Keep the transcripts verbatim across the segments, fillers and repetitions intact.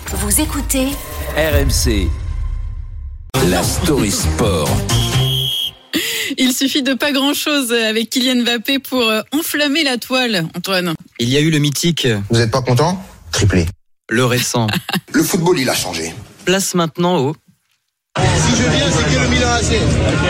Vous écoutez R M C, la story sport. Il suffit de pas grand-chose avec Kylian Mbappé pour enflammer la toile, Antoine. Il y a eu le mythique. Vous n'êtes pas content ? Triplé. Le récent. Le football, il a changé. Place maintenant au... Si je viens, c'est que le Milan A C.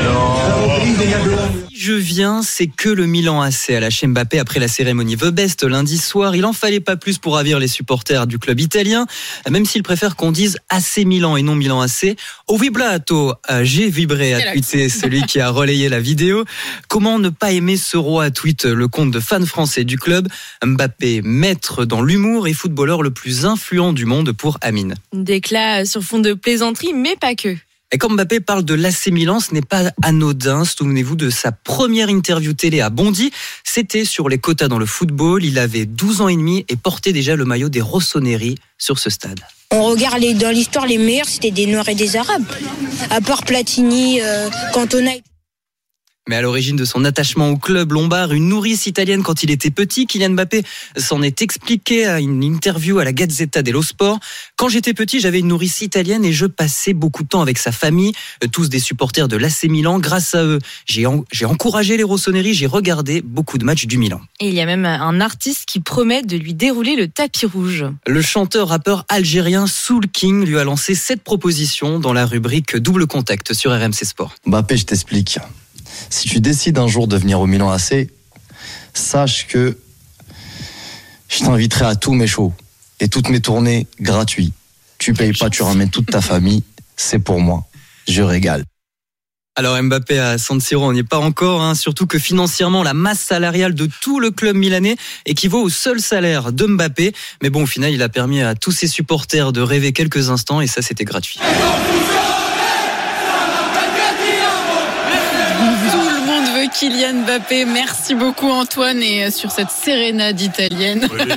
Si je viens, c'est que le Milan A C, a lâché Mbappé après la cérémonie The Best lundi soir. Il en fallait pas plus pour ravir les supporters du club italien, même s'il préfère qu'on dise A C Milan et non Milan A C. Au vibrato, j'ai vibré, a tweeté celui qui a relayé la vidéo. Comment ne pas aimer ce roi, tweet le compte de fans français du club. Mbappé, maître dans l'humour et footballeur le plus influent du monde pour Amine. Déclat sur fond de plaisanterie, mais pas que. Et quand Mbappé parle de l'A C Milan, ce n'est pas anodin. Souvenez-vous de sa première interview télé à Bondy. C'était sur les quotas dans le football. Il avait douze ans et demi et portait déjà le maillot des Rossoneri sur ce stade. On regarde les, dans l'histoire, les meilleurs, c'était des Noirs et des Arabes. À part Platini, euh, Cantona... Mais à l'origine de son attachement au club lombard, une nourrice italienne quand il était petit, Kylian Mbappé s'en est expliqué à une interview à la Gazzetta dello Sport. Quand j'étais petit, j'avais une nourrice italienne et je passais beaucoup de temps avec sa famille, tous des supporters de l'A C Milan. Grâce à eux, j'ai, en, j'ai encouragé les Rossoneri, j'ai regardé beaucoup de matchs du Milan. Et il y a même un artiste qui promet de lui dérouler le tapis rouge. Le chanteur-rappeur algérien Soul King lui a lancé cette proposition dans la rubrique Double Contact sur R M C Sport. Mbappé, je t'explique. Si tu décides un jour de venir au Milan A C, sache que je t'inviterai à tous mes shows et toutes mes tournées gratuits. Tu payes pas, tu ramènes toute ta famille, c'est pour moi. Je régale. Alors Mbappé à San Siro, on n'y est pas encore, hein, surtout que financièrement, la masse salariale de tout le club milanais équivaut au seul salaire de Mbappé. Mais bon, au final, il a permis à tous ses supporters de rêver quelques instants et ça, c'était gratuit. Kylian Mbappé, merci beaucoup Antoine et sur cette sérénade italienne.